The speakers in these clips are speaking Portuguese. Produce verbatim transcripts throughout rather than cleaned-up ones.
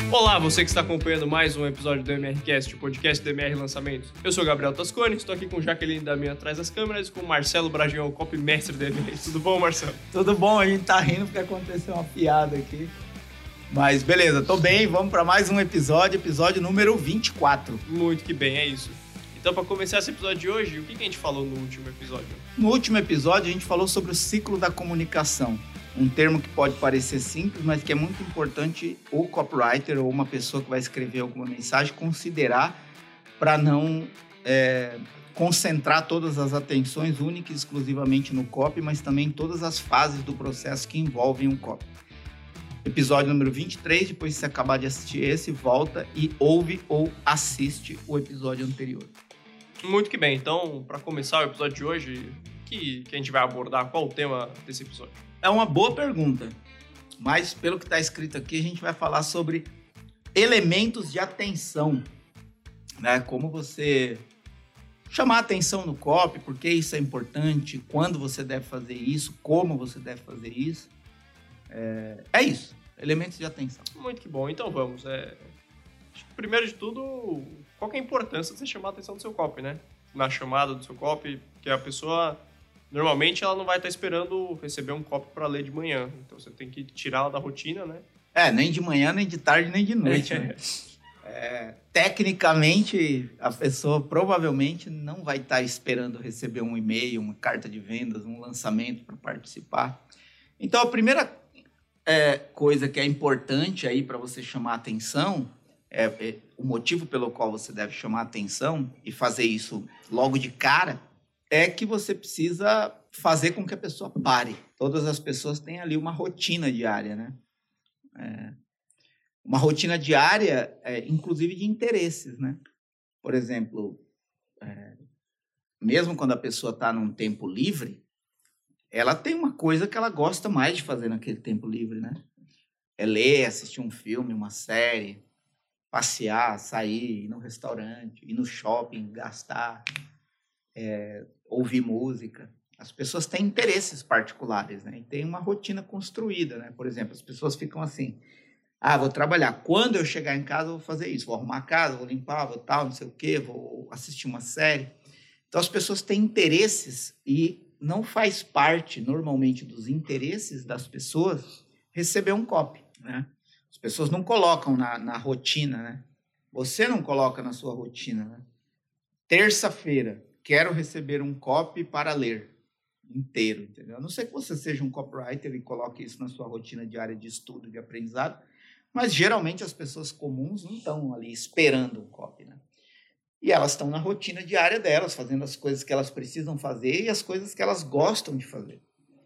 Olá, você que está acompanhando mais um episódio do MRCast, o podcast do M R Lançamentos. Eu sou o Gabriel Tascone, estou aqui com Jaqueline Damião atrás das câmeras e com o Marcelo Bragião, copymestre do M R. Tudo bom, Marcelo? Tudo bom, a gente tá rindo porque aconteceu uma piada aqui. Mas beleza, tô bem, vamos para mais um episódio, episódio número vinte e quatro. Muito que bem, é isso. Então, para começar esse episódio de hoje, o que a gente falou no último episódio? No último episódio, a gente falou sobre o ciclo da comunicação. Um termo que pode parecer simples, mas que é muito importante o copywriter ou uma pessoa que vai escrever alguma mensagem considerar para não é, concentrar todas as atenções únicas e exclusivamente no copy, mas também em todas as fases do processo que envolvem um copy. Episódio número vinte e três, depois de você acabar de assistir esse, volta e ouve ou assiste o episódio anterior. Muito que bem, então, para começar o episódio de hoje, que, que a gente vai abordar, qual o tema desse episódio? É uma boa pergunta, mas pelo que está escrito aqui, a gente vai falar sobre elementos de atenção, né? Como você chamar a atenção no copy, por que isso é importante, quando você deve fazer isso, como você deve fazer isso. É, é isso, elementos de atenção. Muito que bom, então vamos. É... Primeiro de tudo, qual que é a importância de você chamar a atenção do seu copy, né? Na chamada do seu copy, que a pessoa... Normalmente ela não vai estar esperando receber um copy para ler de manhã. Então você tem que tirar ela da rotina, né? É, nem de manhã, nem de tarde, nem de noite. Né? É, tecnicamente, a pessoa provavelmente não vai estar esperando receber um e-mail, uma carta de vendas, um lançamento para participar. Então, a primeira é, coisa que é importante aí para você chamar a atenção, é, é, o motivo pelo qual você deve chamar a atenção e fazer isso logo de cara, é que você precisa fazer com que a pessoa pare. Todas as pessoas têm ali uma rotina diária, né? É, uma rotina diária, é, inclusive de interesses, né? Por exemplo, é, mesmo quando a pessoa está num tempo livre, ela tem uma coisa que ela gosta mais de fazer naquele tempo livre, né? É ler, assistir um filme, uma série, passear, sair, ir no restaurante, ir no shopping, gastar... É, ouvir música. As pessoas têm interesses particulares, né? E tem uma rotina construída, né? Por exemplo, as pessoas ficam assim, ah, vou trabalhar, quando eu chegar em casa eu vou fazer isso, vou arrumar a casa, vou limpar, vou tal, não sei o quê, vou assistir uma série. Então as pessoas têm interesses e não faz parte, normalmente, dos interesses das pessoas receber um copy, né? As pessoas não colocam na, na rotina, né? Você não coloca na sua rotina, né? Terça-feira, quero receber um copy para ler inteiro, entendeu? A não ser que você seja um copywriter e coloque isso na sua rotina diária de estudo, de aprendizado, mas geralmente as pessoas comuns não estão ali esperando um copy, né? E elas estão na rotina diária delas, fazendo as coisas que elas precisam fazer e as coisas que elas gostam de fazer.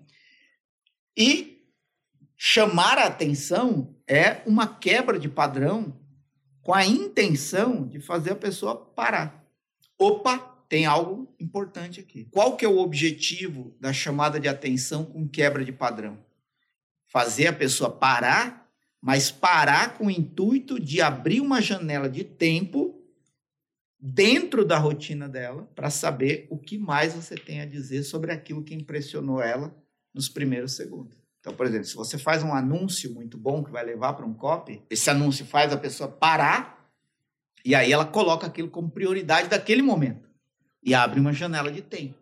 E chamar a atenção é uma quebra de padrão com a intenção de fazer a pessoa parar. Opa! Tem algo importante aqui. Qual que é o objetivo da chamada de atenção com quebra de padrão? Fazer a pessoa parar, mas parar com o intuito de abrir uma janela de tempo dentro da rotina dela para saber o que mais você tem a dizer sobre aquilo que impressionou ela nos primeiros segundos. Então, por exemplo, se você faz um anúncio muito bom que vai levar para um copy, esse anúncio faz a pessoa parar e aí ela coloca aquilo como prioridade daquele momento. E abre uma janela de tempo.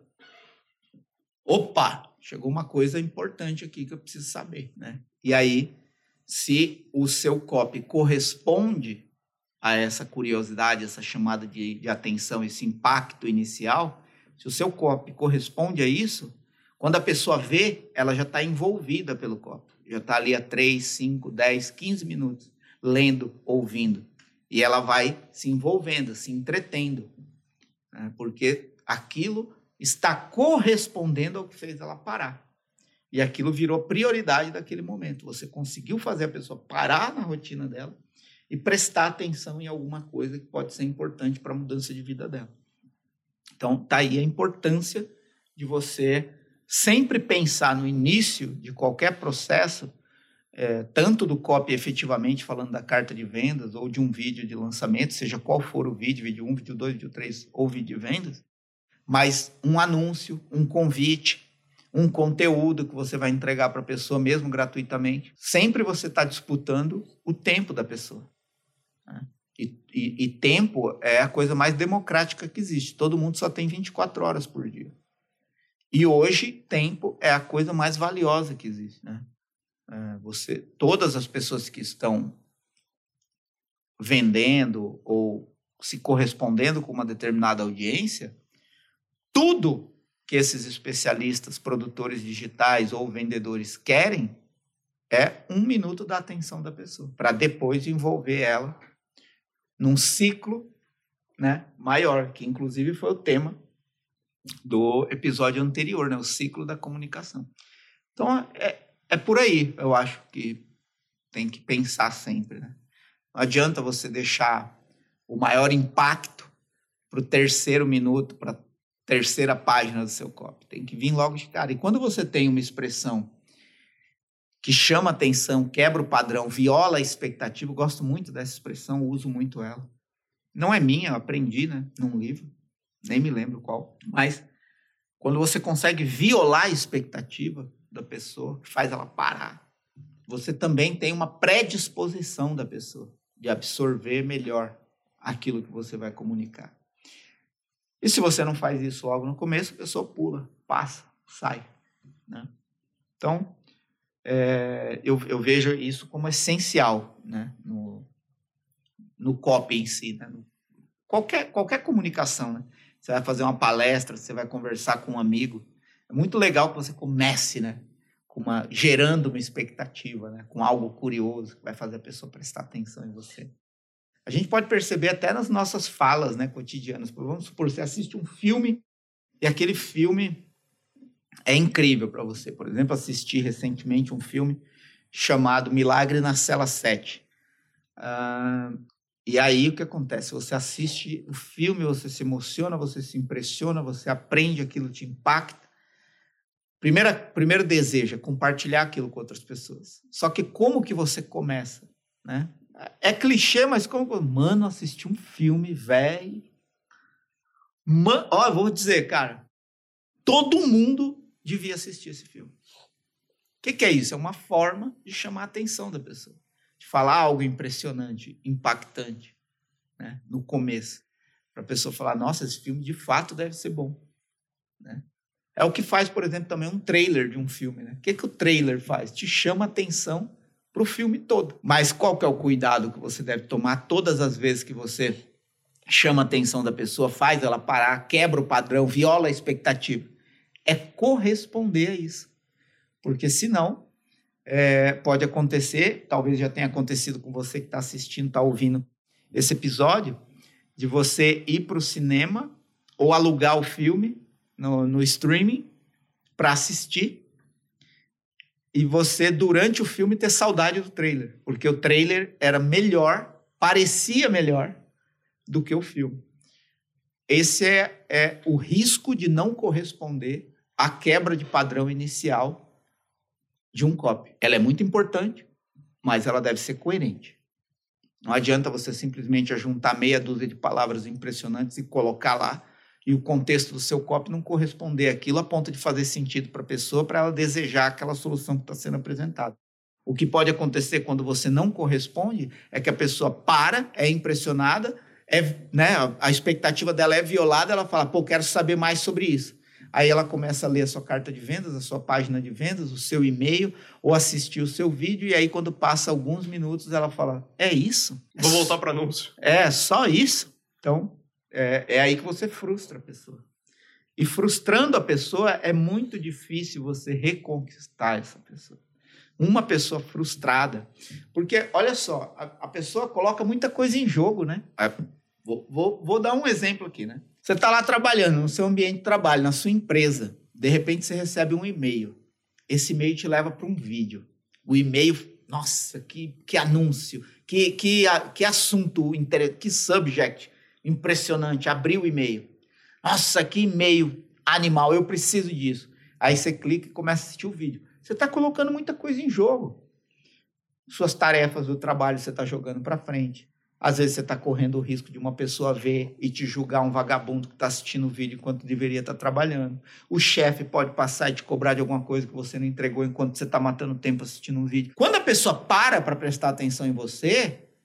Opa, chegou uma coisa importante aqui que eu preciso saber, né? E aí, se o seu copy corresponde a essa curiosidade, essa chamada de, de atenção, esse impacto inicial, se o seu copy corresponde a isso, quando a pessoa vê, ela já está envolvida pelo copy. Já está ali há três, cinco, dez, quinze minutos, lendo, ouvindo. E ela vai se envolvendo, se entretendo. Porque aquilo está correspondendo ao que fez ela parar. E aquilo virou prioridade daquele momento. Você conseguiu fazer a pessoa parar na rotina dela e prestar atenção em alguma coisa que pode ser importante para a mudança de vida dela. Então, está aí a importância de você sempre pensar no início de qualquer processo, é, tanto do copy efetivamente falando da carta de vendas ou de um vídeo de lançamento, seja qual for o vídeo, vídeo um, vídeo dois, vídeo três ou vídeo de vendas, mas um anúncio, um convite, um conteúdo que você vai entregar para a pessoa mesmo gratuitamente. Sempre você está disputando o tempo da pessoa. Né? E, e, e tempo é a coisa mais democrática que existe. Todo mundo só tem vinte e quatro horas por dia. E hoje, tempo é a coisa mais valiosa que existe. Né? É, você, todas as pessoas que estão vendendo ou se correspondendo com uma determinada audiência, tudo que esses especialistas, produtores digitais ou vendedores querem é um minuto da atenção da pessoa, para depois envolver ela num ciclo, né, maior, que inclusive foi o tema do episódio anterior, né, o ciclo da comunicação. Então, é, é por aí, eu acho que tem que pensar sempre. Né? Não adianta você deixar o maior impacto para o terceiro minuto, para a terceira página do seu copy. Tem que vir logo de cara. E quando você tem uma expressão que chama atenção, quebra o padrão, viola a expectativa, eu gosto muito dessa expressão, uso muito ela. Não é minha, eu aprendi, né, num livro, nem me lembro qual. Mas quando você consegue violar a expectativa da pessoa, faz ela parar, você também tem uma predisposição da pessoa de absorver melhor aquilo que você vai comunicar. E se você não faz isso logo no começo, a pessoa pula, passa, sai. Né? Então, é, eu, eu vejo isso como essencial, né? no, no copy em si. Né? No, qualquer, qualquer comunicação. Né? Você vai fazer uma palestra, você vai conversar com um amigo. É muito legal que você comece, né? com uma, gerando uma expectativa, né? com algo curioso que vai fazer a pessoa prestar atenção em você. A gente pode perceber até nas nossas falas, né, cotidianas. Vamos supor, você assiste um filme e aquele filme é incrível para você. Por exemplo, assisti recentemente um filme chamado Milagre na Cela sete. Ah, e aí o que acontece? Você assiste o filme, você se emociona, você se impressiona, você aprende, aquilo te impacta. Primeira, primeiro desejo é compartilhar aquilo com outras pessoas. Só que como que você começa, né? É clichê, mas como... Mano, assisti um filme, velho. Man... Ó, eu vou dizer, cara. Todo mundo devia assistir esse filme. O que, que é isso? É uma forma de chamar a atenção da pessoa. De falar algo impressionante, impactante, né? No começo. Para a pessoa falar, nossa, esse filme de fato deve ser bom. Né? É o que faz, por exemplo, também um trailer de um filme. Né? O que, que o trailer faz? Te chama a atenção para o filme todo. Mas qual que é o cuidado que você deve tomar todas as vezes que você chama a atenção da pessoa, faz ela parar, quebra o padrão, viola a expectativa? É corresponder a isso. Porque senão, é, pode acontecer, talvez já tenha acontecido com você que está assistindo, está ouvindo esse episódio, de você ir para o cinema ou alugar o filme no, no streaming para assistir, e você, durante o filme, ter saudade do trailer. Porque o trailer era melhor, parecia melhor do que o filme. Esse é, é o risco de não corresponder à quebra de padrão inicial de um copy. Ela é muito importante, mas ela deve ser coerente. Não adianta você simplesmente ajuntar meia dúzia de palavras impressionantes e colocar lá, e o contexto do seu copy não corresponder àquilo a ponto de fazer sentido para a pessoa, para ela desejar aquela solução que está sendo apresentada. O que pode acontecer quando você não corresponde é que a pessoa para, é impressionada, é, né, a expectativa dela é violada, ela fala, pô, quero saber mais sobre isso. Aí ela começa a ler a sua carta de vendas, a sua página de vendas, o seu e-mail, ou assistir o seu vídeo, e aí quando passa alguns minutos ela fala, é isso? Vou voltar para anúncio. É, só isso? Então... É, é aí que você frustra a pessoa. E frustrando a pessoa, é muito difícil você reconquistar essa pessoa. Uma pessoa frustrada. Porque, olha só, a, a pessoa coloca muita coisa em jogo, né? Vou, vou, vou dar um exemplo aqui, né? Você está lá trabalhando no seu ambiente de trabalho, na sua empresa. De repente, você recebe um e-mail. Esse e-mail te leva para um vídeo. O e-mail, nossa, que, que anúncio, que, que, que assunto, que subject impressionante, abriu o e-mail. Nossa, que e-mail animal, eu preciso disso. Aí você clica e começa a assistir o vídeo. Você está colocando muita coisa em jogo. Suas tarefas do trabalho você está jogando para frente. Às vezes você está correndo o risco de uma pessoa ver e te julgar um vagabundo que está assistindo o vídeo enquanto deveria estar trabalhando. O chefe pode passar e te cobrar de alguma coisa que você não entregou enquanto você está matando tempo assistindo um vídeo. Quando a pessoa para para prestar atenção em você,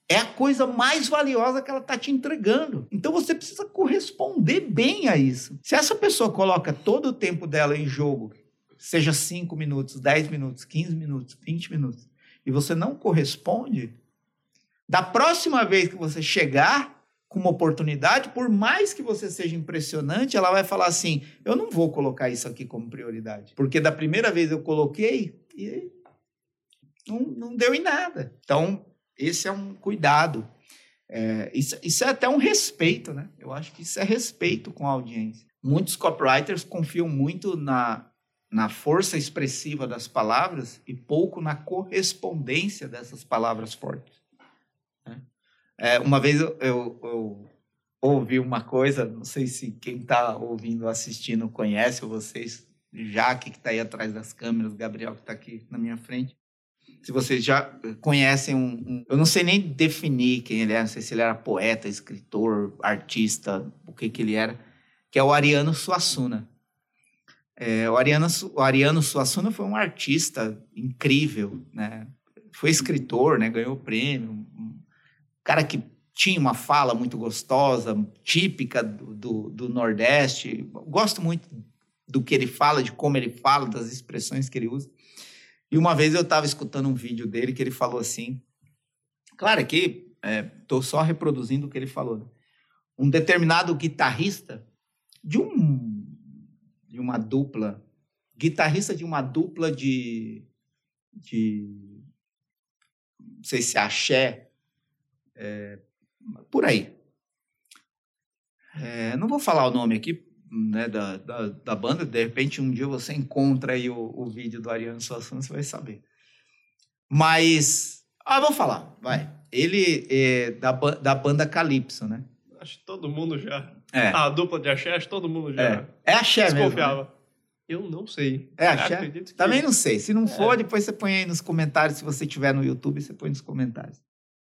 É a coisa mais valiosa que ela está te entregando. Então você precisa corresponder bem a isso. Se essa pessoa coloca todo o tempo dela em jogo, seja cinco minutos, dez minutos, quinze minutos, vinte minutos, e você não corresponde, da próxima vez que você chegar com uma oportunidade, por mais que você seja impressionante, ela vai falar assim, eu não vou colocar isso aqui como prioridade. Porque da primeira vez eu coloquei e não, não deu em nada. Então, esse é um cuidado. É, isso, isso é até um respeito, né? Eu acho que isso é respeito com a audiência. Muitos copywriters confiam muito na, na força expressiva das palavras e pouco na correspondência dessas palavras fortes. Né? É, uma vez eu, eu, eu ouvi uma coisa, não sei se quem está ouvindo, assistindo, conhece, ou vocês, Jaque, que está aí atrás das câmeras, Gabriel, que está aqui na minha frente. Se vocês já conhecem um, um... Eu não sei nem definir quem ele era, não sei se ele era poeta, escritor, artista, o que que ele era, que é o Ariano Suassuna. É, o, Ariano, o Ariano Suassuna foi um artista incrível, né? Foi escritor, né? Ganhou prêmio. Um cara que tinha uma fala muito gostosa, típica do, do, do Nordeste. Gosto muito do que ele fala, de como ele fala, das expressões que ele usa. E uma vez eu estava escutando um vídeo dele que ele falou assim, claro que estou é, só reproduzindo o que ele falou, né? Um determinado guitarrista de, um, de uma dupla, guitarrista de uma dupla de, de não sei se é axé, é, por aí. É, não vou falar o nome aqui, né, da, da, da banda, de repente um dia você encontra aí o, o vídeo do Ariano Suassuna, você vai saber. Mas, ah, vou falar, vai. Ele é da, da banda Calypso, né? Acho que todo mundo já. É. A dupla de axé, acho que todo mundo já. É, é axé mesmo. Desconfiava. Né? Eu não sei. É axé? Que... Também não sei. Se não for, é. depois você põe aí nos comentários. Se você tiver no YouTube, você põe nos comentários.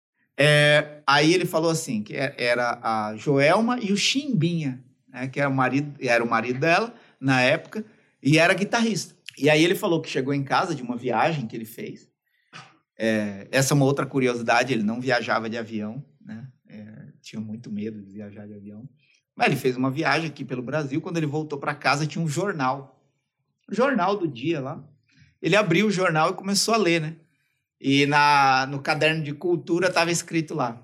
É, aí ele falou assim, que era a Joelma e o Chimbinha, né, que era o, marido, era o marido dela, na época, e era guitarrista. E aí ele falou que chegou em casa de uma viagem que ele fez. É, essa é uma outra curiosidade, ele não viajava de avião, né? É, tinha muito medo de viajar de avião. Mas ele fez uma viagem aqui pelo Brasil, quando ele voltou para casa tinha um jornal. O jornal do dia lá. Ele abriu o jornal e começou a ler, né? E na, no caderno de cultura estava escrito lá,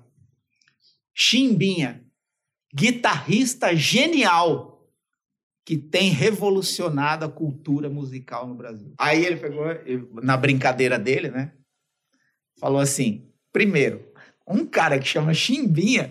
Chimbinha, guitarrista genial que tem revolucionado a cultura musical no Brasil. Aí ele pegou, na brincadeira dele, né? Falou assim, primeiro, um cara que chama Chimbinha,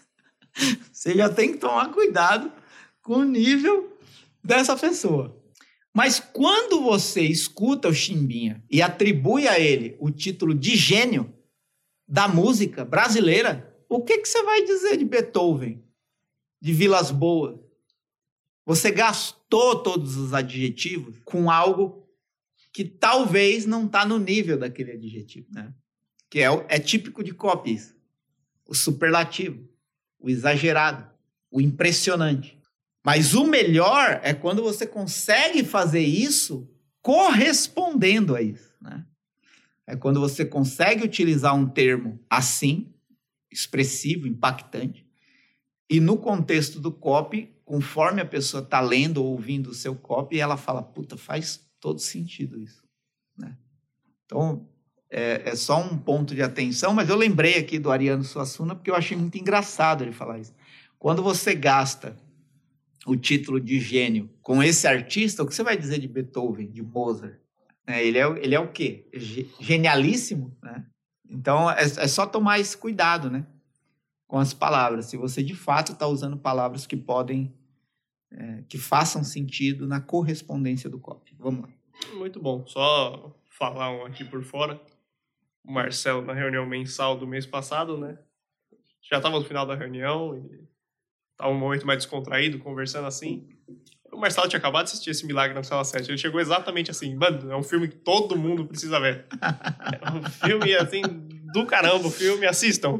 você já tem que tomar cuidado com o nível dessa pessoa. Mas quando você escuta o Chimbinha e atribui a ele o título de gênio da música brasileira, o que, que você vai dizer de Beethoven? De Vilas Boas? Você gastou todos os adjetivos com algo que talvez não está no nível daquele adjetivo, né? Que é, é típico de copies. O superlativo, o exagerado, o impressionante. Mas o melhor é quando você consegue fazer isso correspondendo a isso, né? É quando você consegue utilizar um termo assim, expressivo, impactante, e no contexto do copy, conforme a pessoa está lendo ou ouvindo o seu copy, ela fala, puta, faz todo sentido isso, né? Então, é, é só um ponto de atenção, mas eu lembrei aqui do Ariano Suassuna porque eu achei muito engraçado ele falar isso. Quando você gasta o título de gênio com esse artista, o que você vai dizer de Beethoven, de Mozart? É, ele, é, ele é o quê? Genialíssimo, né? Então, é, é só tomar esse cuidado, né? Com as palavras. Se você, de fato, está usando palavras que podem, é, que façam sentido na correspondência do copy. Vamos lá. Muito bom. Só falar um aqui por fora. O Marcelo, na reunião mensal do mês passado, né? Já estava no final da reunião e estava um momento mais descontraído, conversando assim. O Marcelo tinha acabado de assistir esse Milagre na Cela sete. Ele chegou exatamente assim, mano, é um filme que todo mundo precisa ver. É um filme, assim, do caramba, o filme, assistam.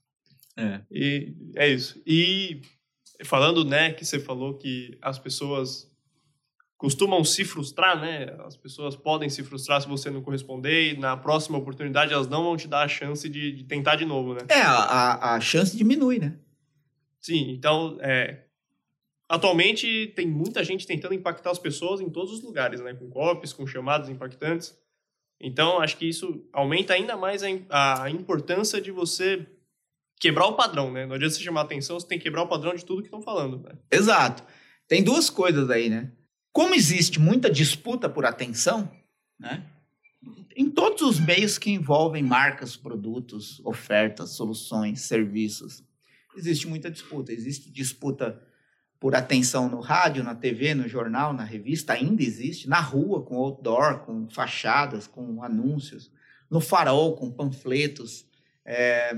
É. E é isso. E falando, né, que você falou que as pessoas costumam se frustrar, né? As pessoas podem se frustrar se você não corresponder e na próxima oportunidade elas não vão te dar a chance de, de tentar de novo, né? É, a, a chance diminui, né? Sim, então, é, atualmente tem muita gente tentando impactar as pessoas em todos os lugares, né? Com copies, com chamadas impactantes. Então, acho que isso aumenta ainda mais a, a importância de você quebrar o padrão, né? Não adianta você chamar atenção, você tem que quebrar o padrão de tudo que estão falando, né? Exato. Tem duas coisas aí, né? Como existe muita disputa por atenção, né? Em todos os meios que envolvem marcas, produtos, ofertas, soluções, serviços, existe muita disputa. Existe disputa por atenção no rádio, na T V, no jornal, na revista, ainda existe. Na rua, com outdoor, com fachadas, com anúncios. No farol, com panfletos. É,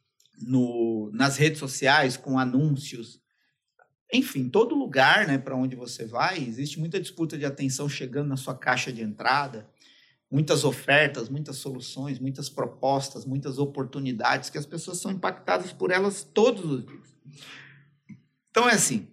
no, nas redes sociais, com anúncios. Enfim, todo lugar, né, para onde você vai, existe muita disputa de atenção chegando na sua caixa de entrada, muitas ofertas, muitas soluções, muitas propostas, muitas oportunidades que as pessoas são impactadas por elas todos os dias. Então, é assim,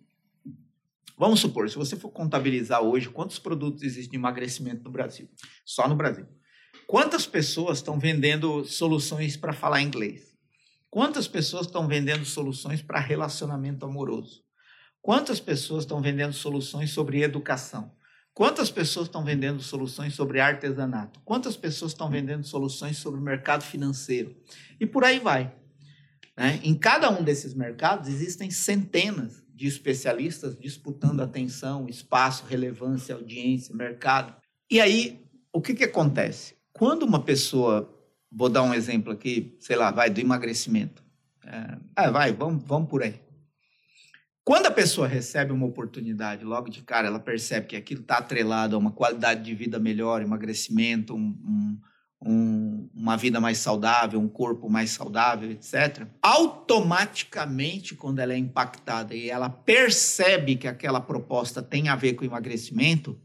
vamos supor, se você for contabilizar hoje quantos produtos existem de emagrecimento no Brasil, só no Brasil, quantas pessoas estão vendendo soluções para falar inglês? Quantas pessoas estão vendendo soluções para relacionamento amoroso? Quantas pessoas estão vendendo soluções sobre educação? Quantas pessoas estão vendendo soluções sobre artesanato? Quantas pessoas estão vendendo soluções sobre o mercado financeiro? E por aí vai. Né? Em cada um desses mercados existem centenas de especialistas disputando atenção, espaço, relevância, audiência, mercado. E aí, o que, que acontece? Quando uma pessoa, vou dar um exemplo aqui, sei lá, vai do emagrecimento. É, ah, vai, vamos, vamos por aí. Quando a pessoa recebe uma oportunidade, logo de cara, ela percebe que aquilo está atrelado a uma qualidade de vida melhor, emagrecimento, um, um, um, uma vida mais saudável, um corpo mais saudável, etcétera. Automaticamente, quando ela é impactada e ela percebe que aquela proposta tem a ver com emagrecimento,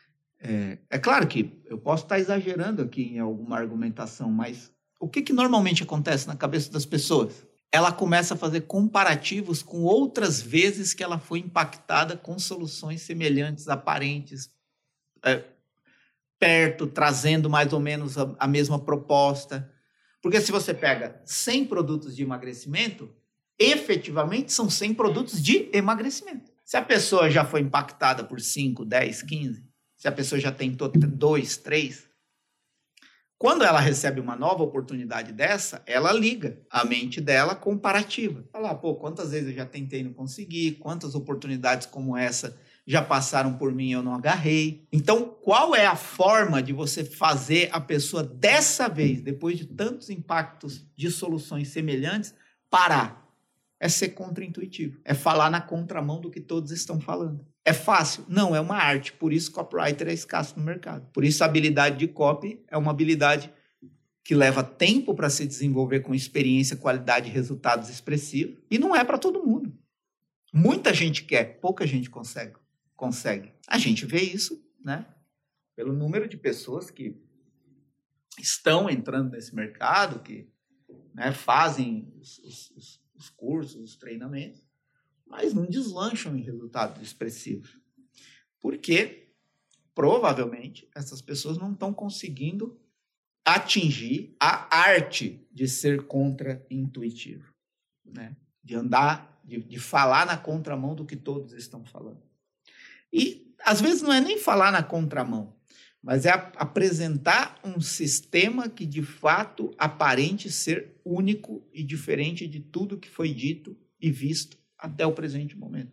é, é claro que eu posso estar exagerando aqui em alguma argumentação, mas o que, que normalmente acontece na cabeça das pessoas? Ela começa a fazer comparativos com outras vezes que ela foi impactada com soluções semelhantes, aparentes, é, perto, trazendo mais ou menos a, a mesma proposta. Porque se você pega cem produtos de emagrecimento, efetivamente são cem produtos de emagrecimento. Se a pessoa já foi impactada por cinco, dez, quinze, se a pessoa já tentou dois, três, quando ela recebe uma nova oportunidade dessa, ela liga a mente dela comparativa. Fala, pô, quantas vezes eu já tentei e não consegui, quantas oportunidades como essa já passaram por mim e eu não agarrei. Então, qual é a forma de você fazer a pessoa dessa vez, depois de tantos impactos de soluções semelhantes, parar? É ser contraintuitivo, é falar na contramão do que todos estão falando. É fácil? Não, é uma arte. Por isso, copywriter é escasso no mercado. Por isso, a habilidade de copy é uma habilidade que leva tempo para se desenvolver com experiência, qualidade e resultados expressivos. E não é para todo mundo. Muita gente quer, pouca gente consegue. consegue. A gente vê isso, né, pelo número de pessoas que estão entrando nesse mercado, que, né, fazem os, os, os cursos, os treinamentos, mas não deslancham em resultados expressivos. Porque, provavelmente, essas pessoas não estão conseguindo atingir a arte de ser contra-intuitivo, né? De andar, de, de falar na contramão do que todos estão falando. E, às vezes, não é nem falar na contramão, mas é a, apresentar um sistema que, de fato, aparente ser único e diferente de tudo que foi dito e visto até o presente momento.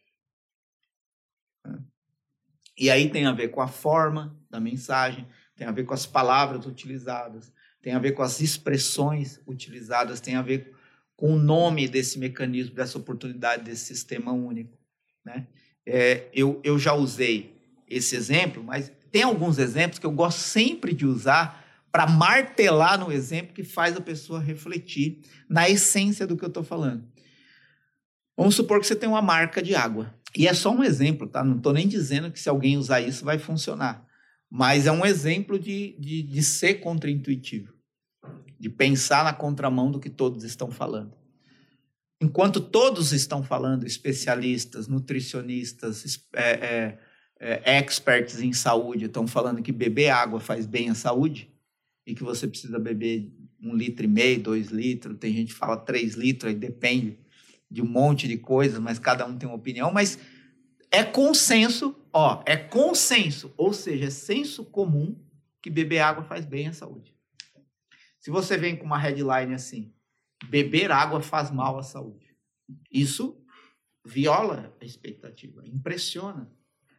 E aí tem a ver com a forma da mensagem, tem a ver com as palavras utilizadas, tem a ver com as expressões utilizadas, tem a ver com o nome desse mecanismo, dessa oportunidade, desse sistema único, né? É, eu, eu já usei esse exemplo, mas tem alguns exemplos que eu gosto sempre de usar para martelar no exemplo que faz a pessoa refletir na essência do que eu estou falando. Vamos supor que você tem uma marca de água. E é só um exemplo, tá? Não estou nem dizendo que se alguém usar isso vai funcionar. Mas é um exemplo de, de, de ser contraintuitivo, de pensar na contramão do que todos estão falando. Enquanto todos estão falando, especialistas, nutricionistas, é, é, é, experts em saúde estão falando que beber água faz bem à saúde e que você precisa beber um litro e meio, dois litros, tem gente que fala três litros, aí depende de um monte de coisas, mas cada um tem uma opinião, mas é consenso, ó, é consenso, ou seja, é senso comum que beber água faz bem à saúde. Se você vem com uma headline assim, beber água faz mal à saúde, isso viola a expectativa, impressiona.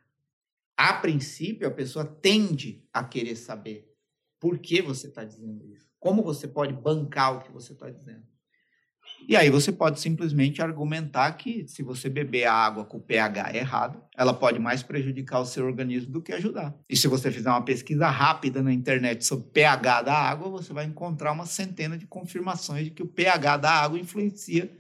A princípio, a pessoa tende a querer saber por que você está dizendo isso, como você pode bancar o que você está dizendo. E aí você pode simplesmente argumentar que se você beber a água com o pH errado, ela pode mais prejudicar o seu organismo do que ajudar. E se você fizer uma pesquisa rápida na internet sobre o pH da água, você vai encontrar uma centena de confirmações de que o pH da água influencia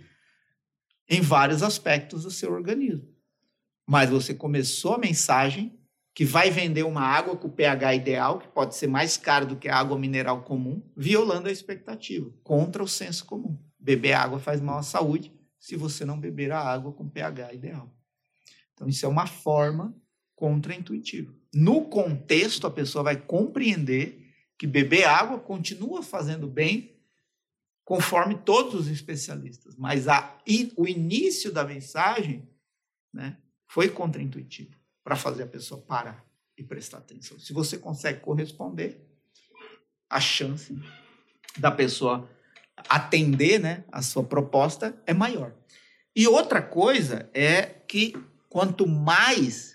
em vários aspectos do seu organismo. Mas você começou a mensagem que vai vender uma água com o pH ideal, que pode ser mais caro do que a água mineral comum, violando a expectativa, contra o senso comum. Beber água faz mal à saúde se você não beber a água com pH ideal. Então, isso é uma forma contraintuitiva. No contexto, a pessoa vai compreender que beber água continua fazendo bem conforme todos os especialistas. Mas a, o início da mensagem, né, foi contraintuitivo para fazer a pessoa parar e prestar atenção. Se você consegue corresponder, a chance da pessoa atender, né, a sua proposta é maior. E outra coisa é que quanto mais,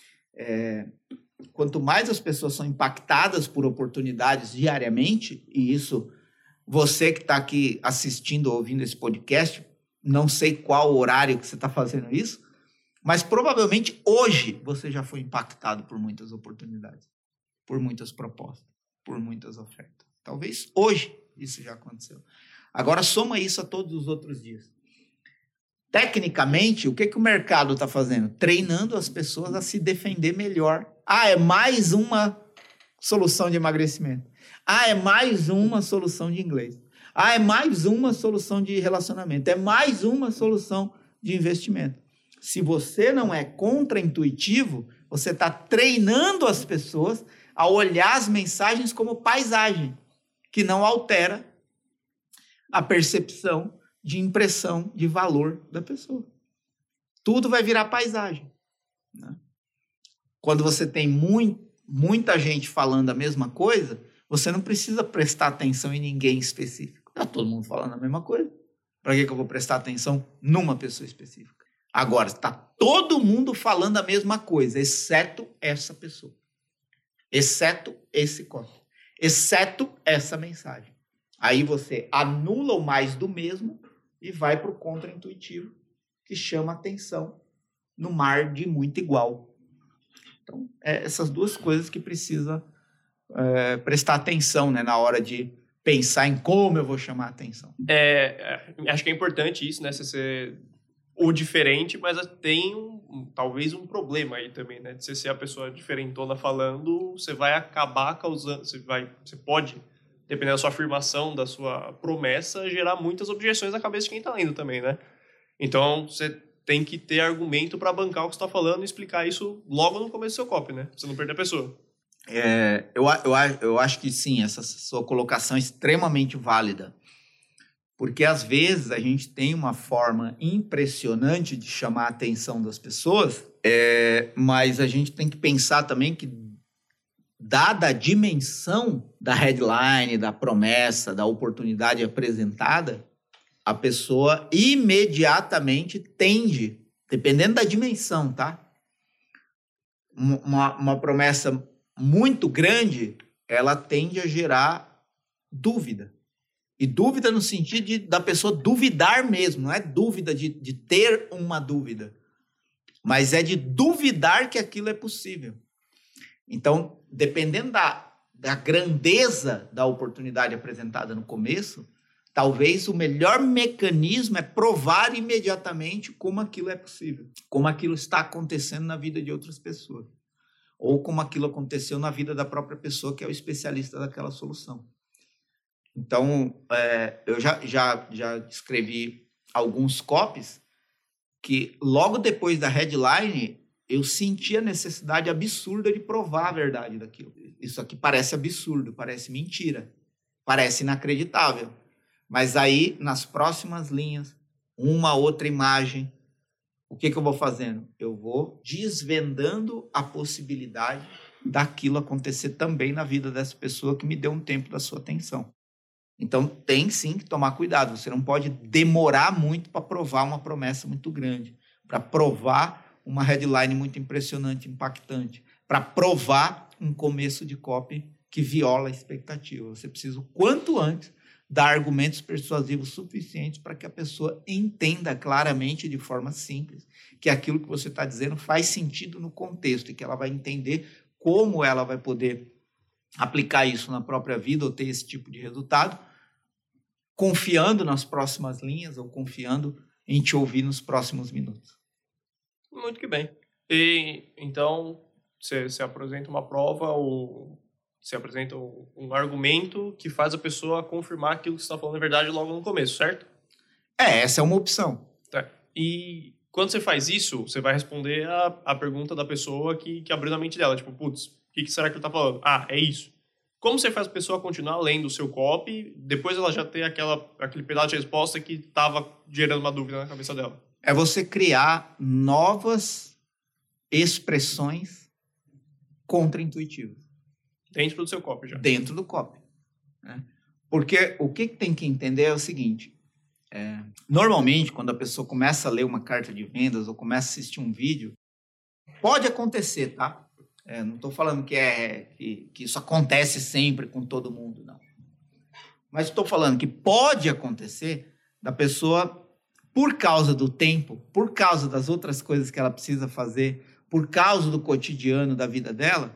é, quanto mais as pessoas são impactadas por oportunidades diariamente, e isso, você que está aqui assistindo ou ouvindo esse podcast, não sei qual horário que você está fazendo isso, mas provavelmente hoje você já foi impactado por muitas oportunidades, por muitas propostas, por muitas ofertas. Talvez hoje isso já aconteceu. Agora soma isso a todos os outros dias. Tecnicamente, o que, que o mercado está fazendo? Treinando as pessoas a se defender melhor. Ah, é mais uma solução de emagrecimento. Ah, é mais uma solução de inglês. Ah, é mais uma solução de relacionamento. É mais uma solução de investimento. Se você não é contraintuitivo, você está treinando as pessoas a olhar as mensagens como paisagem, que não altera a percepção de impressão de valor da pessoa. Tudo vai virar paisagem, né? Quando você tem muito, muita gente falando a mesma coisa, você não precisa prestar atenção em ninguém específico. Está todo mundo falando a mesma coisa. Para que que eu vou prestar atenção numa pessoa específica? Agora, está todo mundo falando a mesma coisa, exceto essa pessoa. Exceto esse código. Exceto essa mensagem. Aí você anula o mais do mesmo e vai para o contraintuitivo, que chama atenção no mar de muito igual. Então, é essas duas coisas que precisa é, prestar atenção, né, na hora de pensar em como eu vou chamar a atenção. É, acho que é importante isso, né? Você ser o diferente, mas tem um, um, talvez um problema aí também, né? De você ser a pessoa diferentona falando, você vai acabar causando, você, vai, você pode, dependendo da sua afirmação, da sua promessa, gerar muitas objeções na cabeça de quem está lendo também, né? Então, você tem que ter argumento para bancar o que você está falando e explicar isso logo no começo do seu copy, né? Pra você não perder a pessoa. É, eu, eu, eu acho que sim, essa sua colocação é extremamente válida. Porque, às vezes, a gente tem uma forma impressionante de chamar a atenção das pessoas, é, mas a gente tem que pensar também que, dada a dimensão da headline, da promessa, da oportunidade apresentada, a pessoa imediatamente tende, dependendo da dimensão, tá? Uma, uma promessa muito grande, ela tende a gerar dúvida. E dúvida no sentido de, da pessoa duvidar mesmo, não é dúvida de, de ter uma dúvida, mas é de duvidar que aquilo é possível. Então, dependendo da, da grandeza da oportunidade apresentada no começo, talvez o melhor mecanismo é provar imediatamente como aquilo é possível, como aquilo está acontecendo na vida de outras pessoas, ou como aquilo aconteceu na vida da própria pessoa que é o especialista daquela solução. Então, é, eu já, já, já escrevi alguns copies que logo depois da headline eu senti a necessidade absurda de provar a verdade daquilo. Isso aqui parece absurdo, parece mentira, parece inacreditável. Mas aí, nas próximas linhas, uma outra imagem, o que, que eu vou fazendo? Eu vou desvendando a possibilidade daquilo acontecer também na vida dessa pessoa que me deu um tempo da sua atenção. Então, tem sim que tomar cuidado. Você não pode demorar muito para provar uma promessa muito grande, para provar uma headline muito impressionante, impactante, para provar um começo de copy que viola a expectativa. Você precisa, o quanto antes, dar argumentos persuasivos suficientes para que a pessoa entenda claramente, de forma simples, que aquilo que você está dizendo faz sentido no contexto e que ela vai entender como ela vai poder aplicar isso na própria vida ou ter esse tipo de resultado, confiando nas próximas linhas ou confiando em te ouvir nos próximos minutos. Muito que bem. E, então, você, você apresenta uma prova ou você apresenta um, um argumento que faz a pessoa confirmar aquilo que você está falando é verdade logo no começo, certo? É, essa é uma opção. Tá. E quando você faz isso, você vai responder a, a pergunta da pessoa que, que abriu na mente dela. Tipo, putz, o que, que será que ele está falando? Ah, é isso. Como você faz a pessoa continuar lendo o seu copy, depois ela já ter aquela, aquele pedaço de resposta que estava gerando uma dúvida na cabeça dela? É você criar novas expressões contra-intuitivas. Dentro do seu copy já. Dentro do copy. Né? Porque o que tem que entender é o seguinte. É, normalmente, quando a pessoa começa a ler uma carta de vendas ou começa a assistir um vídeo, pode acontecer, tá? É, não estou falando que, é, que, que isso acontece sempre com todo mundo, não. Mas estou falando que pode acontecer da pessoa, por causa do tempo, por causa das outras coisas que ela precisa fazer, por causa do cotidiano da vida dela,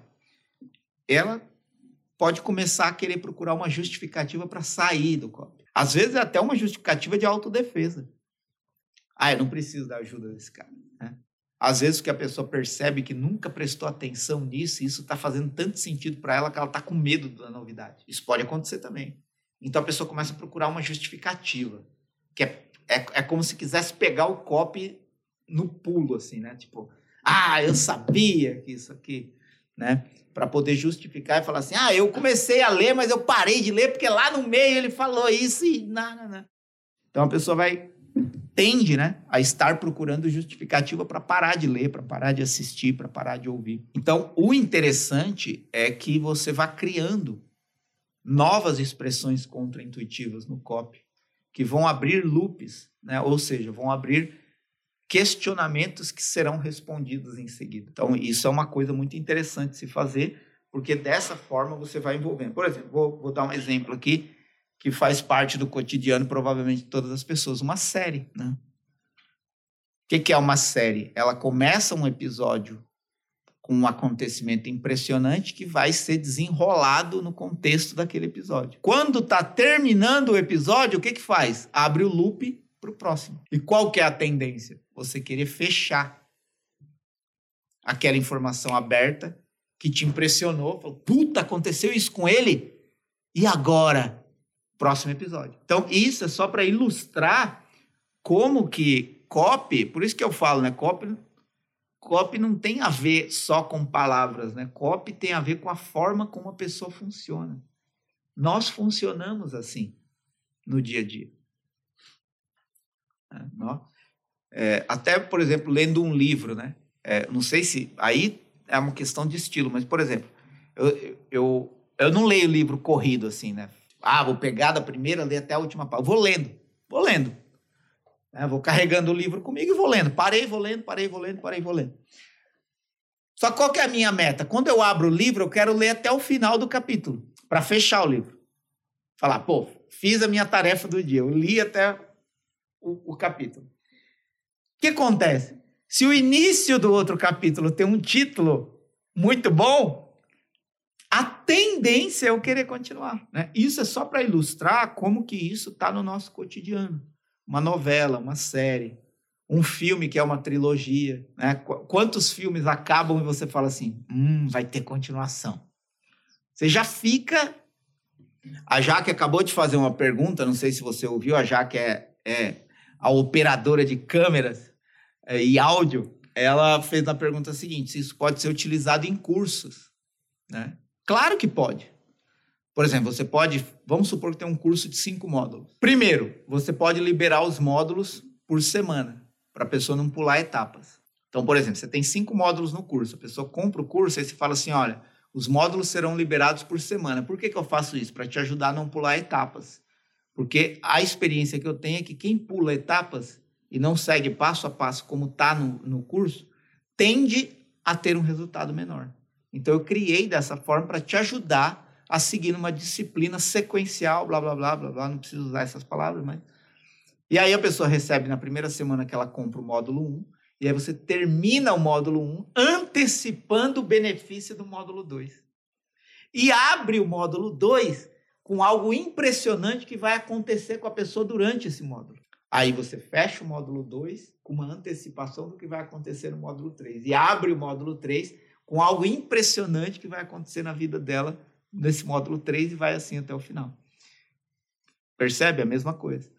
ela pode começar a querer procurar uma justificativa para sair do copy. Às vezes é até uma justificativa de autodefesa. Ah, eu não preciso da ajuda desse cara. Né? Às vezes que a pessoa percebe que nunca prestou atenção nisso, e isso está fazendo tanto sentido para ela que ela está com medo da novidade. Isso pode acontecer também. Então a pessoa começa a procurar uma justificativa, que é, é, é como se quisesse pegar o copy no pulo, assim, né? Tipo, ah, eu sabia que isso aqui, né? Para poder justificar e falar assim, ah, eu comecei a ler, mas eu parei de ler porque lá no meio ele falou isso e não, não, não. Então a pessoa vai, tende, né, a estar procurando justificativa para parar de ler, para parar de assistir, para parar de ouvir. Então o interessante é que você vá criando novas expressões contra-intuitivas no copy, que vão abrir loops, né, ou seja, vão abrir questionamentos que serão respondidos em seguida. Então, isso é uma coisa muito interessante de se fazer, porque dessa forma você vai envolvendo. Por exemplo, vou, vou dar um exemplo aqui, que faz parte do cotidiano, provavelmente, de todas as pessoas. Uma série, né? O que, que é uma série? Ela começa um episódio com um acontecimento impressionante que vai ser desenrolado no contexto daquele episódio. Quando está terminando o episódio, o que, que faz? Abre o loop para o próximo. E qual que é a tendência? Você querer fechar aquela informação aberta que te impressionou. Falou, puta, aconteceu isso com ele? E agora? Próximo episódio. Então, isso é só para ilustrar como que copy, por isso que eu falo, né? Copy, copy não tem a ver só com palavras, né? Copy tem a ver com a forma como a pessoa funciona. Nós funcionamos assim no dia a dia. É, não? É, até, por exemplo, lendo um livro, né? É, não sei se... Aí é uma questão de estilo, mas, por exemplo, eu, eu, eu não leio livro corrido assim, né? Ah, vou pegar da primeira, ler até a última página. Vou lendo, vou lendo. É, vou carregando o livro comigo e vou lendo. Parei, vou lendo, parei, vou lendo, parei, vou lendo. Só qual que é a minha meta? Quando eu abro o livro, eu quero ler até o final do capítulo, para fechar o livro. Falar, pô, fiz a minha tarefa do dia, eu li até o, o capítulo. O que acontece? Se o início do outro capítulo tem um título muito bom, a tendência é eu querer continuar. Né? Isso é só para ilustrar como que isso está no nosso cotidiano. Uma novela, uma série, um filme que é uma trilogia. Né? Quantos filmes acabam e você fala assim, hum, vai ter continuação. Você já fica... A Jaque acabou de fazer uma pergunta, não sei se você ouviu, a Jaque é... é a operadora de câmeras é, e áudio ela fez a pergunta seguinte, se isso pode ser utilizado em cursos, né? Claro que pode. Por exemplo, você pode, vamos supor que tem um curso de cinco módulos. Primeiro, você pode liberar os módulos por semana, para a pessoa não pular etapas. Então, por exemplo, você tem cinco módulos no curso, a pessoa compra o curso, aí você fala assim, olha, os módulos serão liberados por semana. Por que que eu faço isso? Para te ajudar a não pular etapas. Porque a experiência que eu tenho é que quem pula etapas e não segue passo a passo como está no, no curso, tende a ter um resultado menor. Então, eu criei dessa forma para te ajudar a seguir numa disciplina sequencial, blá, blá, blá, blá, blá, não preciso usar essas palavras, mas... E aí a pessoa recebe na primeira semana que ela compra o módulo um, e aí você termina o módulo um antecipando o benefício do módulo dois. E abre o módulo dois com algo impressionante que vai acontecer com a pessoa durante esse módulo. Aí você fecha o módulo dois com uma antecipação do que vai acontecer no módulo três. E abre o módulo três com algo impressionante que vai acontecer na vida dela nesse módulo três e vai assim até o final. Percebe? A mesma coisa.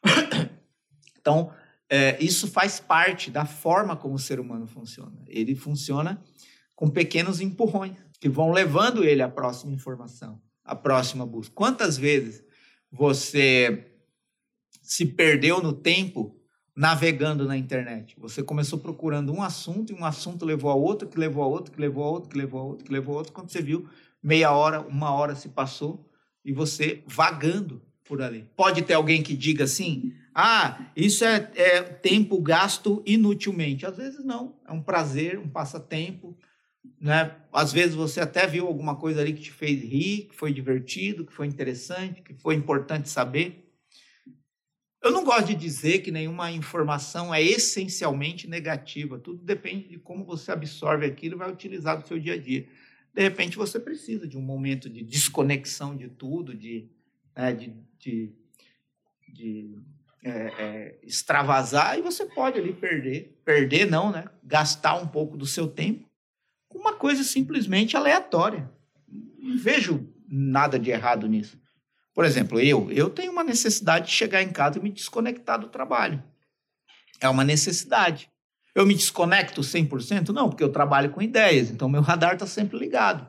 Então, é, isso faz parte da forma como o ser humano funciona. Ele funciona com pequenos empurrões que vão levando ele à próxima informação, à próxima busca. Quantas vezes você se perdeu no tempo navegando na internet? Você começou procurando um assunto e um assunto levou a outro, que levou a outro, que levou a outro, que levou a outro, que levou a outro. Quando você viu, meia hora, uma hora se passou e você vagando por ali. Pode ter alguém que diga assim, ah, isso é, é tempo gasto inutilmente. Às vezes não, é um prazer, um passatempo, né? Às vezes você até viu alguma coisa ali que te fez rir, que foi divertido, que foi interessante, que foi importante saber. Eu não gosto de dizer que nenhuma informação é essencialmente negativa. Tudo depende de como você absorve aquilo e vai utilizar no seu dia a dia. De repente, você precisa de um momento de desconexão de tudo, de, né, de, de, de é, é, extravasar, e você pode ali perder. Perder não, né? Gastar um pouco do seu tempo com uma coisa simplesmente aleatória. Não vejo nada de errado nisso. Por exemplo, eu, eu tenho uma necessidade de chegar em casa e me desconectar do trabalho. É uma necessidade. Eu me desconecto cem por cento? Não, porque eu trabalho com ideias, então meu radar está sempre ligado.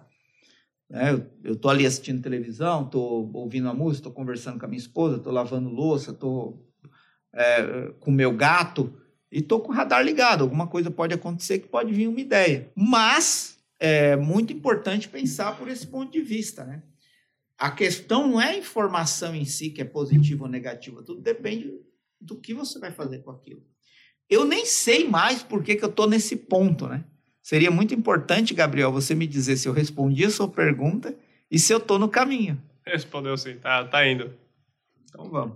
É, eu estou ali assistindo televisão, estou ouvindo a música, estou conversando com a minha esposa, estou lavando louça, estou é, com o meu gato e estou com o radar ligado. Alguma coisa pode acontecer que pode vir uma ideia. Mas é muito importante pensar por esse ponto de vista, né? A questão não é a informação em si que é positiva ou negativa, tudo depende do que você vai fazer com aquilo. Eu nem sei mais por que, que eu estou nesse ponto, né? Seria muito importante, Gabriel, você me dizer se eu respondi a sua pergunta e se eu estou no caminho. Respondeu sim, tá, tá indo. Então vamos.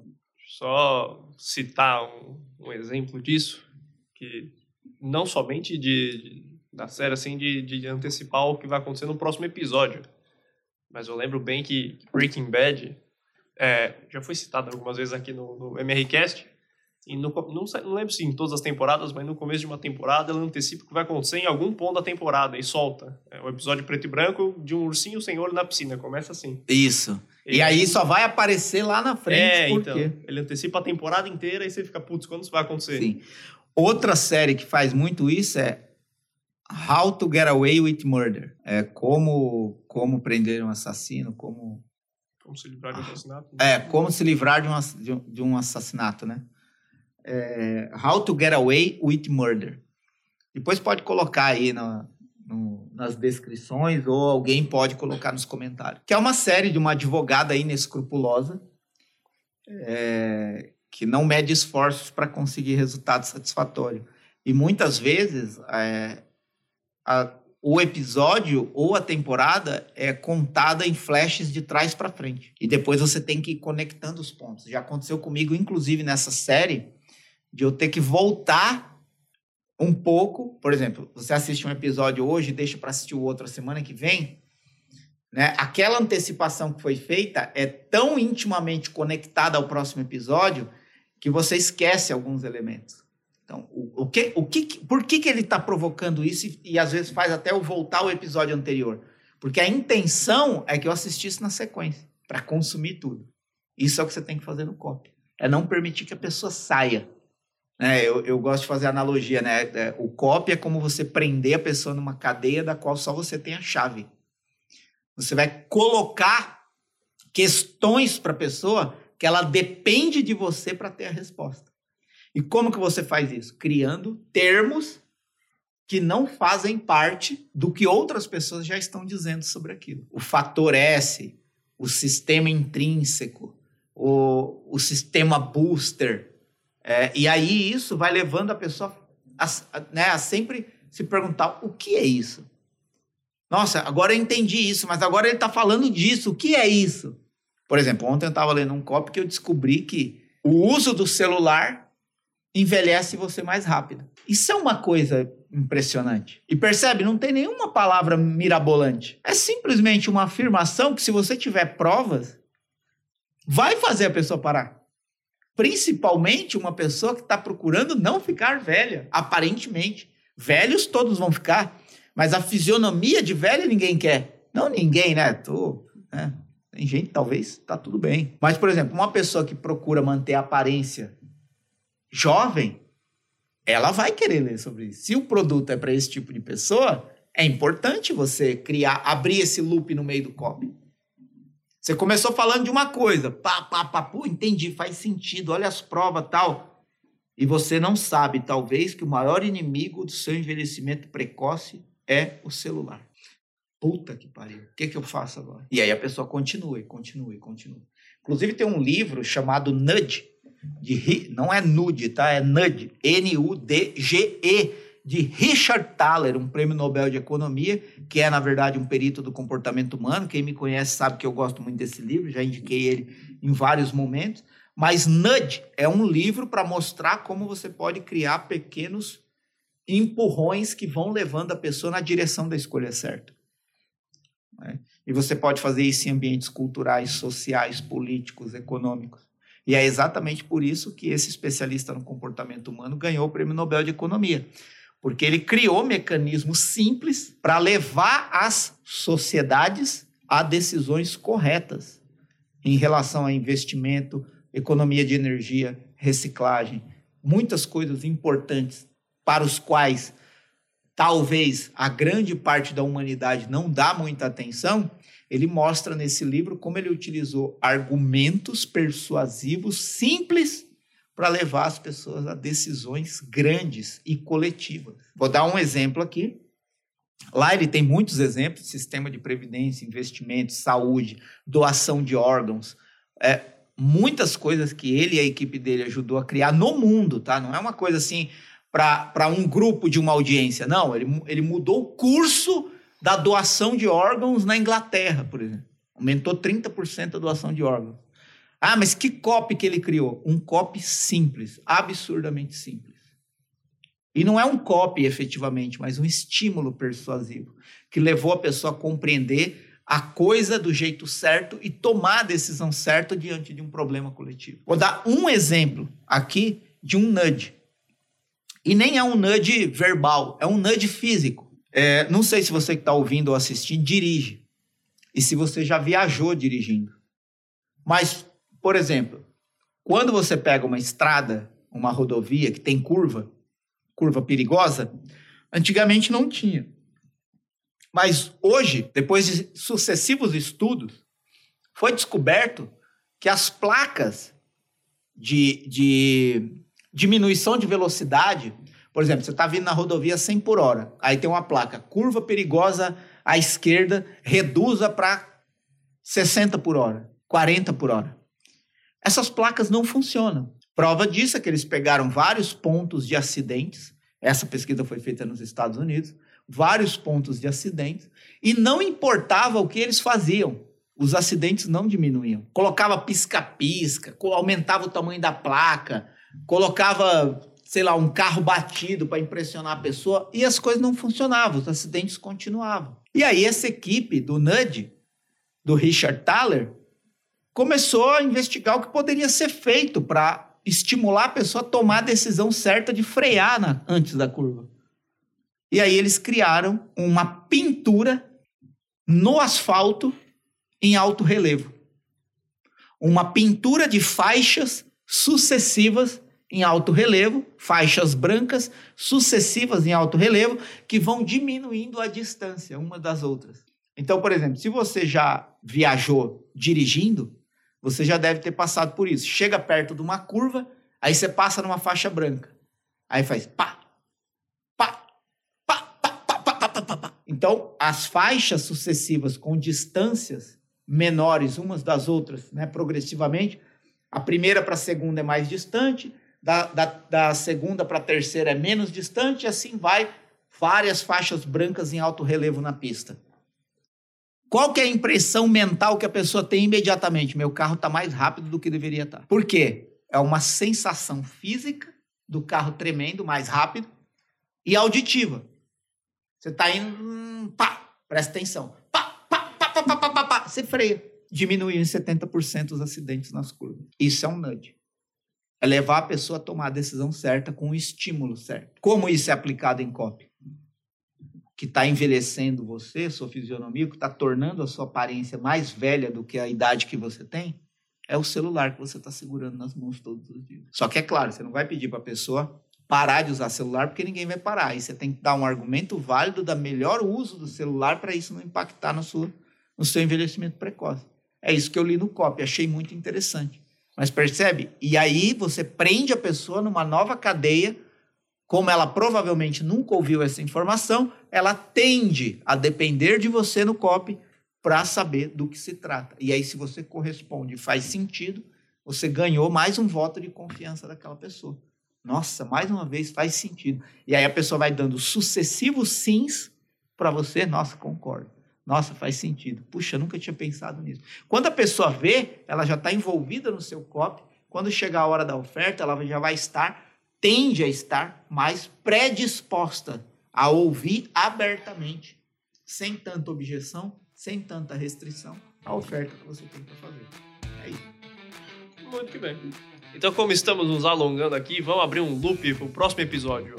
Só citar um, um exemplo disso, que não somente de, de, da série, assim, de, de antecipar o que vai acontecer no próximo episódio, mas eu lembro bem que Breaking Bad é, já foi citado algumas vezes aqui no, no MRCast, e no, não, não lembro se em todas as temporadas, mas no começo de uma temporada ela antecipa o que vai acontecer em algum ponto da temporada e solta. É um episódio preto e branco de um ursinho sem olho na piscina, começa assim. Isso. E, e aí só vai aparecer lá na frente. É, por então. Quê? Ele antecipa a temporada inteira e você fica, putz, quando isso vai acontecer? Sim. Outra série que faz muito isso é How to Get Away with Murder. É como, como prender um assassino, como... Como se livrar de um assassinato. É, como se livrar de um, de um assassinato, né? É, How to Get Away with Murder. Depois pode colocar aí na, no, nas descrições ou alguém pode colocar nos comentários. Que é uma série de uma advogada inescrupulosa é, que não mede esforços para conseguir resultado satisfatório. E muitas vezes é, a, o episódio ou a temporada é contada em flashes de trás para frente. E depois você tem que ir conectando os pontos. Já aconteceu comigo, inclusive, nessa série, de eu ter que voltar um pouco. Por exemplo, você assiste um episódio hoje e deixa para assistir o outro a semana que vem, né? Aquela antecipação que foi feita é tão intimamente conectada ao próximo episódio que você esquece alguns elementos. Então, o, o que, o que, por que, que ele está provocando isso e, e às vezes faz até eu voltar ao episódio anterior? Porque a intenção é que eu assistisse na sequência, para consumir tudo. Isso é o que você tem que fazer no copy. É não permitir que a pessoa saia. É, eu, eu gosto de fazer analogia, né? É, o copy é como você prender a pessoa numa cadeia da qual só você tem a chave. Você vai colocar questões para a pessoa que ela depende de você para ter a resposta. E como que você faz isso? Criando termos que não fazem parte do que outras pessoas já estão dizendo sobre aquilo. O fator S, o sistema intrínseco, o, o sistema booster. É, e aí isso vai levando a pessoa a, a, né, a sempre se perguntar o que é isso? Nossa, agora eu entendi isso, mas agora ele está falando disso. O que é isso? Por exemplo, ontem eu estava lendo um copy que eu descobri que o uso do celular envelhece você mais rápido. Isso é uma coisa impressionante. E percebe, não tem nenhuma palavra mirabolante. É simplesmente uma afirmação que, se você tiver provas, vai fazer a pessoa parar. Principalmente uma pessoa que está procurando não ficar velha, aparentemente. Velhos todos vão ficar, mas a fisionomia de velho ninguém quer. Não ninguém, né? Tô, né? Tem gente, talvez, tá tudo bem. Mas, por exemplo, uma pessoa que procura manter a aparência jovem, ela vai querer ler sobre isso. Se o produto é para esse tipo de pessoa, é importante você criar, abrir esse loop no meio do copy. Você começou falando de uma coisa, pá, pá, pá, pô, entendi, faz sentido, olha as provas e tal. E você não sabe, talvez, que o maior inimigo do seu envelhecimento precoce é o celular. Puta que pariu, o que, que eu faço agora? E aí a pessoa continua, e continua, e continua. Inclusive tem um livro chamado Nudge, de, não é nude, tá? É Nudge, N U D G E, de Richard Thaler, um prêmio Nobel de Economia, que é, na verdade, um perito do comportamento humano. Quem me conhece sabe que eu gosto muito desse livro, já indiquei ele em vários momentos. Mas Nudge é um livro para mostrar como você pode criar pequenos empurrões que vão levando a pessoa na direção da escolha certa. Né? E você pode fazer isso em ambientes culturais, sociais, políticos, econômicos. E é exatamente por isso que esse especialista no comportamento humano ganhou o prêmio Nobel de Economia. Porque ele criou mecanismos simples para levar as sociedades a decisões corretas em relação a investimento, economia de energia, reciclagem, muitas coisas importantes para os quais talvez a grande parte da humanidade não dá muita atenção. Ele mostra nesse livro como ele utilizou argumentos persuasivos simples para levar as pessoas a decisões grandes e coletivas. Vou dar um exemplo aqui. Lá ele tem muitos exemplos: sistema de previdência, investimentos, saúde, doação de órgãos, é, muitas coisas que ele e a equipe dele ajudou a criar no mundo, tá? Não é uma coisa assim para um grupo de uma audiência, não. Ele, ele mudou o curso da doação de órgãos na Inglaterra, por exemplo. Aumentou trinta por cento a doação de órgãos. Ah, mas que copy que ele criou? Um copy simples, absurdamente simples. E não é um copy, efetivamente, mas um estímulo persuasivo, que levou a pessoa a compreender a coisa do jeito certo e tomar a decisão certa diante de um problema coletivo. Vou dar um exemplo aqui de um nudge. E nem é um nudge verbal, é um nudge físico. É, não sei se você que está ouvindo ou assistindo dirige, e se você já viajou dirigindo. Mas, por exemplo, quando você pega uma estrada, uma rodovia que tem curva, curva perigosa, antigamente não tinha. Mas hoje, depois de sucessivos estudos, foi descoberto que as placas de, de diminuição de velocidade, por exemplo, você está vindo na rodovia cem por hora, aí tem uma placa, curva perigosa à esquerda, reduza para sessenta por hora, quarenta por hora. Essas placas não funcionam. Prova disso é que eles pegaram vários pontos de acidentes, essa pesquisa foi feita nos Estados Unidos, vários pontos de acidentes, e não importava o que eles faziam, os acidentes não diminuíam. Colocava pisca-pisca, aumentava o tamanho da placa, colocava, sei lá, um carro batido para impressionar a pessoa, e as coisas não funcionavam, os acidentes continuavam. E aí essa equipe do Nudge, do Richard Thaler, começou a investigar o que poderia ser feito para estimular a pessoa a tomar a decisão certa de frear na, antes da curva. E aí eles criaram uma pintura no asfalto em alto relevo. Uma pintura de faixas sucessivas em alto relevo, faixas brancas sucessivas em alto relevo, que vão diminuindo a distância uma das outras. Então, por exemplo, se você já viajou dirigindo, você já deve ter passado por isso. Chega perto de uma curva, aí você passa numa faixa branca. Aí faz pá, pá, pá, pá, pá, pá, pá, pá, pá. Então, as faixas sucessivas com distâncias menores umas das outras, né, progressivamente, a primeira para a segunda é mais distante, da, da, da segunda para a terceira é menos distante, e assim vai, várias faixas brancas em alto relevo na pista. Qual que é a impressão mental que a pessoa tem imediatamente? Meu carro está mais rápido do que deveria estar. Por quê? É uma sensação física do carro tremendo, mais rápido, e auditiva. Você está indo, hum, pá, presta atenção, pá, pá, pá, pá, pá, pá, pá, pá, você freia. Diminuiu em setenta por cento os acidentes nas curvas. Isso é um nudge. É levar a pessoa a tomar a decisão certa com o estímulo certo. Como isso é aplicado em copy? Que está envelhecendo você, sua fisionomia, que está tornando a sua aparência mais velha do que a idade que você tem, é o celular que você está segurando nas mãos todos os dias. Só que é claro, você não vai pedir para a pessoa parar de usar celular, porque ninguém vai parar. Aí você tem que dar um argumento válido da melhor uso do celular para isso não impactar no seu, no seu envelhecimento precoce. É isso que eu li no copy, achei muito interessante. Mas percebe? E aí você prende a pessoa numa nova cadeia. Como ela provavelmente nunca ouviu essa informação, ela tende a depender de você no copy para saber do que se trata. E aí, se você corresponde e faz sentido, você ganhou mais um voto de confiança daquela pessoa. Nossa, mais uma vez faz sentido. E aí a pessoa vai dando sucessivos sims para você. Nossa, concordo. Nossa, faz sentido. Puxa, eu nunca tinha pensado nisso. Quando a pessoa vê, ela já está envolvida no seu copy. Quando chegar a hora da oferta, ela já vai estar... tende a estar mais predisposta a ouvir abertamente, sem tanta objeção, sem tanta restrição, a oferta que você tem para fazer. É isso. Muito que bem. Então, como estamos nos alongando aqui, vamos abrir um loop para o próximo episódio.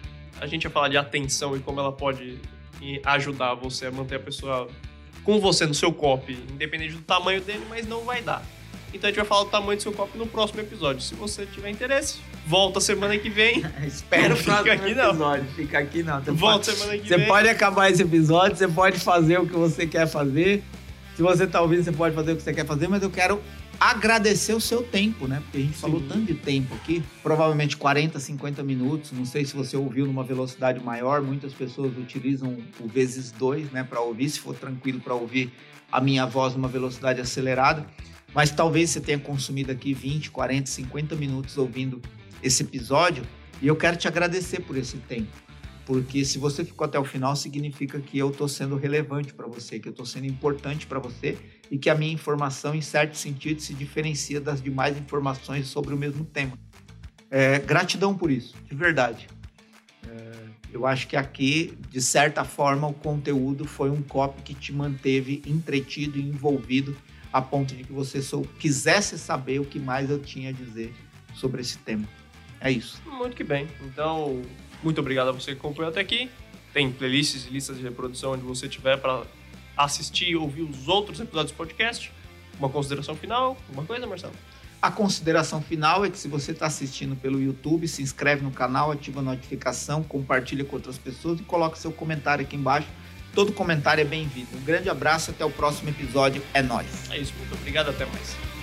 A gente vai falar de atenção e como ela pode ajudar você a manter a pessoa com você no seu copy, independente do tamanho dele, mas não vai dar. Então a gente vai falar do tamanho do seu copy no próximo episódio. Se você tiver interesse, volta semana que vem. Espera o próximo aqui, episódio. Não. Fica aqui não. Você volta pode, semana que você vem. Você pode acabar esse episódio, você pode fazer o que você quer fazer. Se você está ouvindo, você pode fazer o que você quer fazer, mas eu quero agradecer o seu tempo, né? Porque a gente Sim. falou tanto de tempo aqui. Provavelmente quarenta, cinquenta minutos. Não sei se você ouviu numa velocidade maior. Muitas pessoas utilizam o vezes dois, né? Para ouvir, se for tranquilo para ouvir a minha voz numa velocidade acelerada. Mas talvez você tenha consumido aqui vinte, quarenta, cinquenta minutos ouvindo esse episódio. E eu quero te agradecer por esse tempo. Porque se você ficou até o final, significa que eu estou sendo relevante para você, que eu estou sendo importante para você e que a minha informação, em certo sentido, se diferencia das demais informações sobre o mesmo tema. É, gratidão por isso, de verdade. É, eu acho que aqui, de certa forma, o conteúdo foi um copy que te manteve entretido e envolvido a ponto de que você só quisesse saber o que mais eu tinha a dizer sobre esse tema. É isso. Muito que bem. Então, muito obrigado a você que acompanhou até aqui. Tem playlists e listas de reprodução onde você tiver para assistir e ouvir os outros episódios do podcast. Uma consideração final? Alguma coisa, Marcelo? A consideração final é que se você está assistindo pelo YouTube, se inscreve no canal, ativa a notificação, compartilha com outras pessoas e coloca seu comentário aqui embaixo. Todo comentário é bem-vindo. Um grande abraço, até o próximo episódio. É nóis. É isso, muito obrigado, até mais.